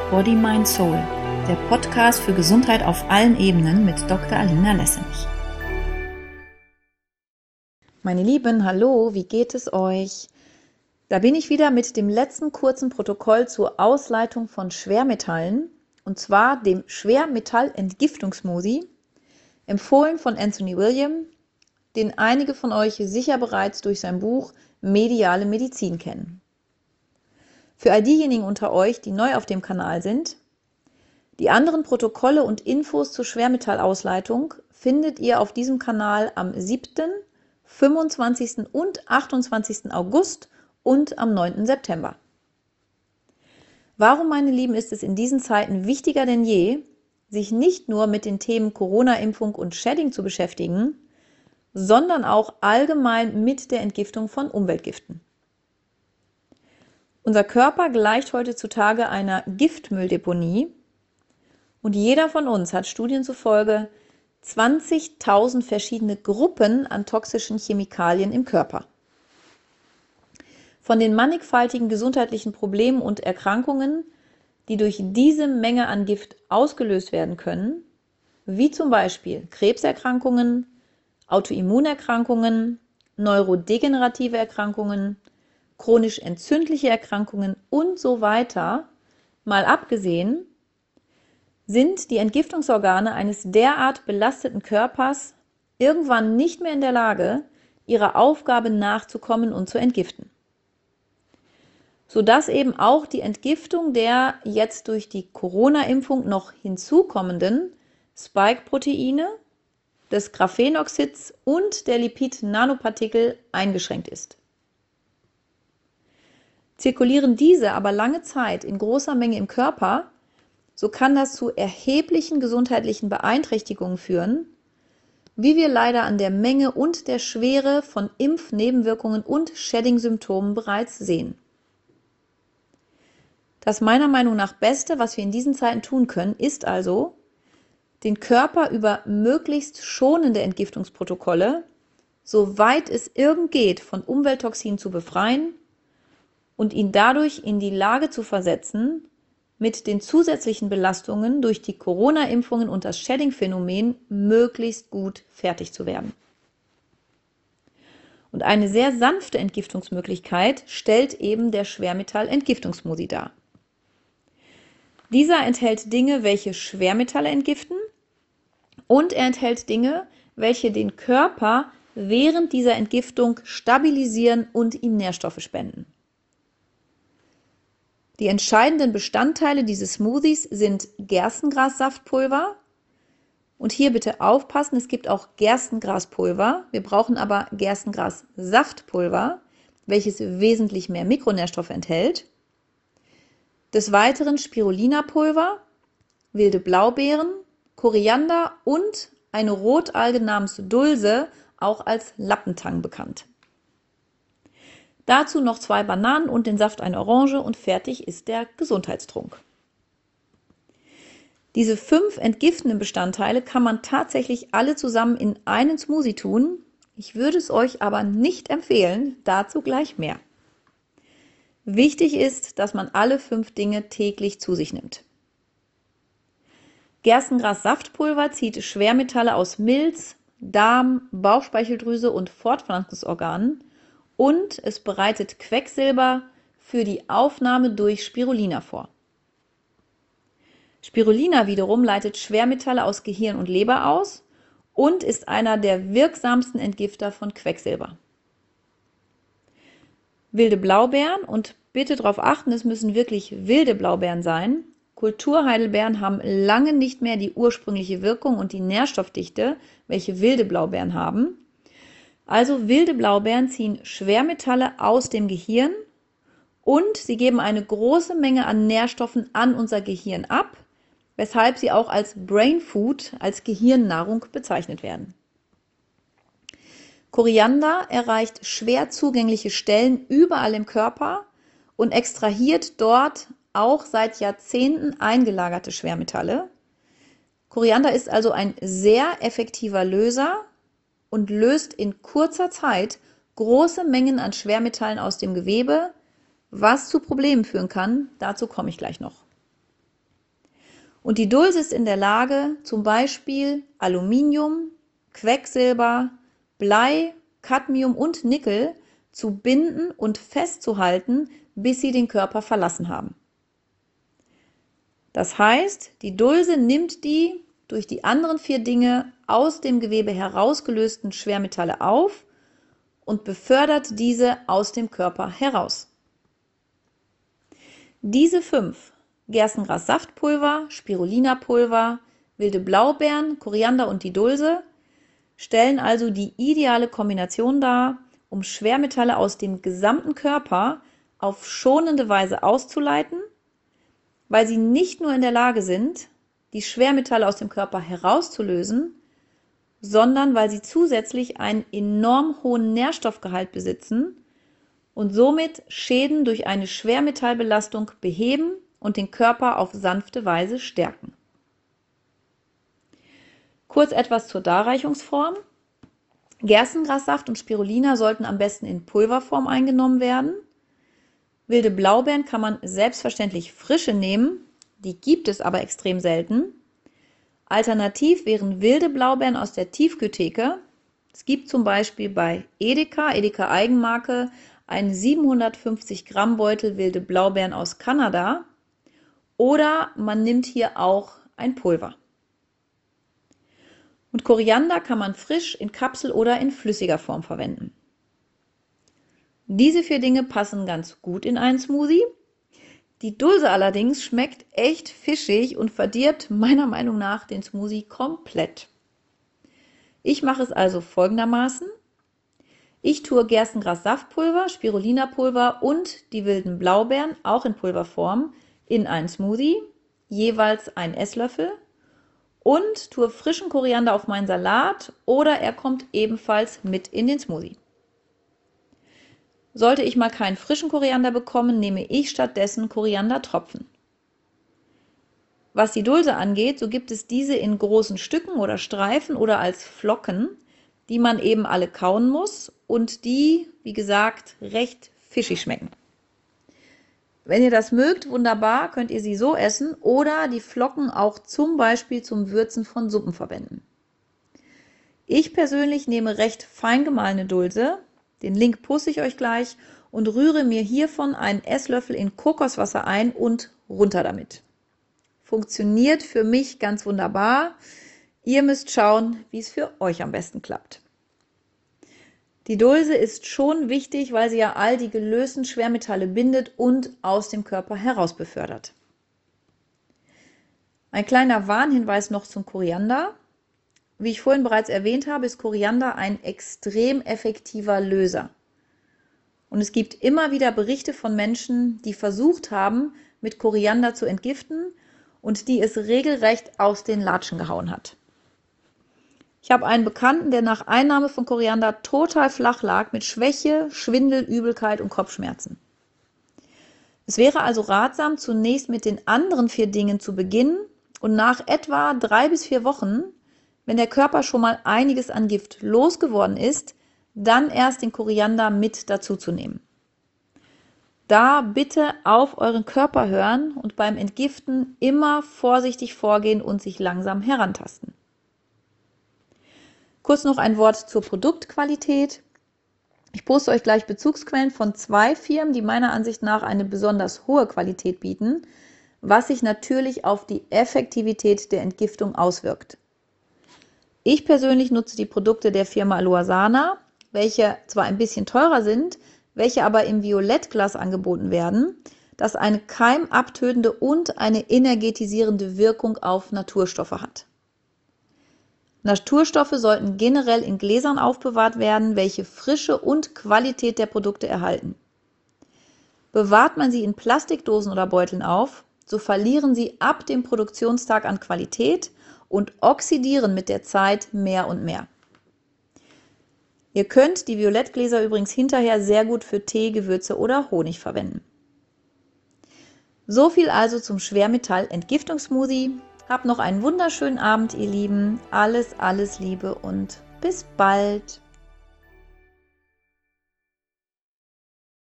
Body, Mind, Soul, der Podcast für Gesundheit auf allen Ebenen mit Dr. Alina Lessenich. Meine Lieben, hallo, wie geht es euch? Da bin ich wieder mit dem letzten kurzen Protokoll zur Ausleitung von Schwermetallen, und zwar dem Schwermetallentgiftungsmodi, empfohlen von Anthony William, den einige von euch sicher bereits durch sein Buch Mediale Medizin kennen. Für all diejenigen unter euch, die neu auf dem Kanal sind, die anderen Protokolle und Infos zur Schwermetallausleitung findet ihr auf diesem Kanal am 7., 25. und 28. August und am 9. September. Warum, meine Lieben, ist es in diesen Zeiten wichtiger denn je, sich nicht nur mit den Themen Corona-Impfung und Shedding zu beschäftigen, sondern auch allgemein mit der Entgiftung von Umweltgiften? Unser Körper gleicht heutzutage einer Giftmülldeponie und jeder von uns hat Studien zufolge 20.000 verschiedene Gruppen an toxischen Chemikalien im Körper. Von den mannigfaltigen gesundheitlichen Problemen und Erkrankungen, die durch diese Menge an Gift ausgelöst werden können, wie zum Beispiel Krebserkrankungen, Autoimmunerkrankungen, neurodegenerative Erkrankungen, chronisch entzündliche Erkrankungen und so weiter, mal abgesehen, sind die Entgiftungsorgane eines derart belasteten Körpers irgendwann nicht mehr in der Lage, ihrer Aufgabe nachzukommen und zu entgiften. Sodass eben auch die Entgiftung der jetzt durch die Corona-Impfung noch hinzukommenden Spike-Proteine, des Graphenoxids und der Lipid-Nanopartikel eingeschränkt ist. Zirkulieren diese aber lange Zeit in großer Menge im Körper, so kann das zu erheblichen gesundheitlichen Beeinträchtigungen führen, wie wir leider an der Menge und der Schwere von Impfnebenwirkungen und Shedding-Symptomen bereits sehen. Das meiner Meinung nach Beste, was wir in diesen Zeiten tun können, ist also, den Körper über möglichst schonende Entgiftungsprotokolle, soweit es irgend geht, von Umwelttoxinen zu befreien und ihn dadurch in die Lage zu versetzen, mit den zusätzlichen Belastungen durch die Corona-Impfungen und das Shedding-Phänomen möglichst gut fertig zu werden. Und eine sehr sanfte Entgiftungsmöglichkeit stellt eben der Schwermetall-Entgiftungsmodi dar. Dieser enthält Dinge, welche Schwermetalle entgiften, und er enthält Dinge, welche den Körper während dieser Entgiftung stabilisieren und ihm Nährstoffe spenden. Die entscheidenden Bestandteile dieses Smoothies sind Gerstengrassaftpulver. Und hier bitte aufpassen, es gibt auch Gerstengraspulver. Wir brauchen aber Gerstengrassaftpulver, welches wesentlich mehr Mikronährstoffe enthält. Des Weiteren Spirulinapulver, wilde Blaubeeren, Koriander und eine Rotalge namens Dulse, auch als Lappentang bekannt. Dazu noch 2 Bananen und den Saft einer Orange und fertig ist der Gesundheitstrunk. Diese 5 entgiftenden Bestandteile kann man tatsächlich alle zusammen in einen Smoothie tun. Ich würde es euch aber nicht empfehlen, dazu gleich mehr. Wichtig ist, dass man alle 5 Dinge täglich zu sich nimmt. Gerstengrassaftpulver zieht Schwermetalle aus Milz, Darm, Bauchspeicheldrüse und Fortpflanzungsorganen und es bereitet Quecksilber für die Aufnahme durch Spirulina vor. Spirulina wiederum leitet Schwermetalle aus Gehirn und Leber aus und ist einer der wirksamsten Entgifter von Quecksilber. Wilde Blaubeeren, und bitte darauf achten, es müssen wirklich wilde Blaubeeren sein. Kulturheidelbeeren haben lange nicht mehr die ursprüngliche Wirkung und die Nährstoffdichte, welche wilde Blaubeeren haben. Also wilde Blaubeeren ziehen Schwermetalle aus dem Gehirn und sie geben eine große Menge an Nährstoffen an unser Gehirn ab, weshalb sie auch als Brain Food, als Gehirnnahrung bezeichnet werden. Koriander erreicht schwer zugängliche Stellen überall im Körper und extrahiert dort auch seit Jahrzehnten eingelagerte Schwermetalle. Koriander ist also ein sehr effektiver Löser und löst in kurzer Zeit große Mengen an Schwermetallen aus dem Gewebe, was zu Problemen führen kann. Dazu komme ich gleich noch. Und die Dulse ist in der Lage, zum Beispiel Aluminium, Quecksilber, Blei, Cadmium und Nickel zu binden und festzuhalten, bis sie den Körper verlassen haben. Das heißt, die Dulse nimmt die durch die anderen 4 Dinge aus dem Gewebe herausgelösten Schwermetalle auf und befördert diese aus dem Körper heraus. Diese 5, Gerstengras-Saftpulver, Spirulina-Pulver, wilde Blaubeeren, Koriander und die Dulse, stellen also die ideale Kombination dar, um Schwermetalle aus dem gesamten Körper auf schonende Weise auszuleiten, weil sie nicht nur in der Lage sind, die Schwermetalle aus dem Körper herauszulösen, sondern weil sie zusätzlich einen enorm hohen Nährstoffgehalt besitzen und somit Schäden durch eine Schwermetallbelastung beheben und den Körper auf sanfte Weise stärken. Kurz etwas zur Darreichungsform. Gerstengrassaft und Spirulina sollten am besten in Pulverform eingenommen werden. Wilde Blaubeeren kann man selbstverständlich frische nehmen, die gibt es aber extrem selten. Alternativ wären wilde Blaubeeren aus der Tiefkühltheke. Es gibt zum Beispiel bei Edeka Eigenmarke, einen 750 Gramm Beutel wilde Blaubeeren aus Kanada. Oder man nimmt hier auch ein Pulver. Und Koriander kann man frisch in Kapsel oder in flüssiger Form verwenden. Diese 4 Dinge passen ganz gut in einen Smoothie. Die Dulse allerdings schmeckt echt fischig und verdirbt meiner Meinung nach den Smoothie komplett. Ich mache es also folgendermaßen. Ich tue Gerstengras-Saftpulver, Spirulina-Pulver und die wilden Blaubeeren, auch in Pulverform, in einen Smoothie, jeweils einen Esslöffel, und tue frischen Koriander auf meinen Salat oder er kommt ebenfalls mit in den Smoothie. Sollte ich mal keinen frischen Koriander bekommen, nehme ich stattdessen Koriandertropfen. Was die Dulse angeht, so gibt es diese in großen Stücken oder Streifen oder als Flocken, die man eben alle kauen muss und die, wie gesagt, recht fischig schmecken. Wenn ihr das mögt, wunderbar, könnt ihr sie so essen oder die Flocken auch zum Beispiel zum Würzen von Suppen verwenden. Ich persönlich nehme recht fein gemahlene Dulse, den Link poste ich euch gleich, und rühre mir hiervon einen Esslöffel in Kokoswasser ein und runter damit. Funktioniert für mich ganz wunderbar. Ihr müsst schauen, wie es für euch am besten klappt. Die Dulse ist schon wichtig, weil sie ja all die gelösten Schwermetalle bindet und aus dem Körper heraus befördert. Ein kleiner Warnhinweis noch zum Koriander. Wie ich vorhin bereits erwähnt habe, ist Koriander ein extrem effektiver Löser. Und es gibt immer wieder Berichte von Menschen, die versucht haben, mit Koriander zu entgiften und die es regelrecht aus den Latschen gehauen hat. Ich habe einen Bekannten, der nach Einnahme von Koriander total flach lag mit Schwäche, Schwindel, Übelkeit und Kopfschmerzen. Es wäre also ratsam, zunächst mit den anderen 4 Dingen zu beginnen und nach etwa 3 bis 4 Wochen, wenn der Körper schon mal einiges an Gift losgeworden ist, dann erst den Koriander mit dazu zu nehmen. Da bitte auf euren Körper hören und beim Entgiften immer vorsichtig vorgehen und sich langsam herantasten. Kurz noch ein Wort zur Produktqualität. Ich poste euch gleich Bezugsquellen von 2 Firmen, die meiner Ansicht nach eine besonders hohe Qualität bieten, was sich natürlich auf die Effektivität der Entgiftung auswirkt. Ich persönlich nutze die Produkte der Firma Aloasana, welche zwar ein bisschen teurer sind, welche aber im Violettglas angeboten werden, das eine keimabtötende und eine energetisierende Wirkung auf Naturstoffe hat. Naturstoffe sollten generell in Gläsern aufbewahrt werden, welche Frische und Qualität der Produkte erhalten. Bewahrt man sie in Plastikdosen oder Beuteln auf, so verlieren sie ab dem Produktionstag an Qualität und oxidieren mit der Zeit mehr und mehr. Ihr könnt die Violettgläser übrigens hinterher sehr gut für Tee, Gewürze oder Honig verwenden. So viel also zum Schwermetall-Entgiftungssmoothie. Habt noch einen wunderschönen Abend, ihr Lieben. Alles Liebe und bis bald.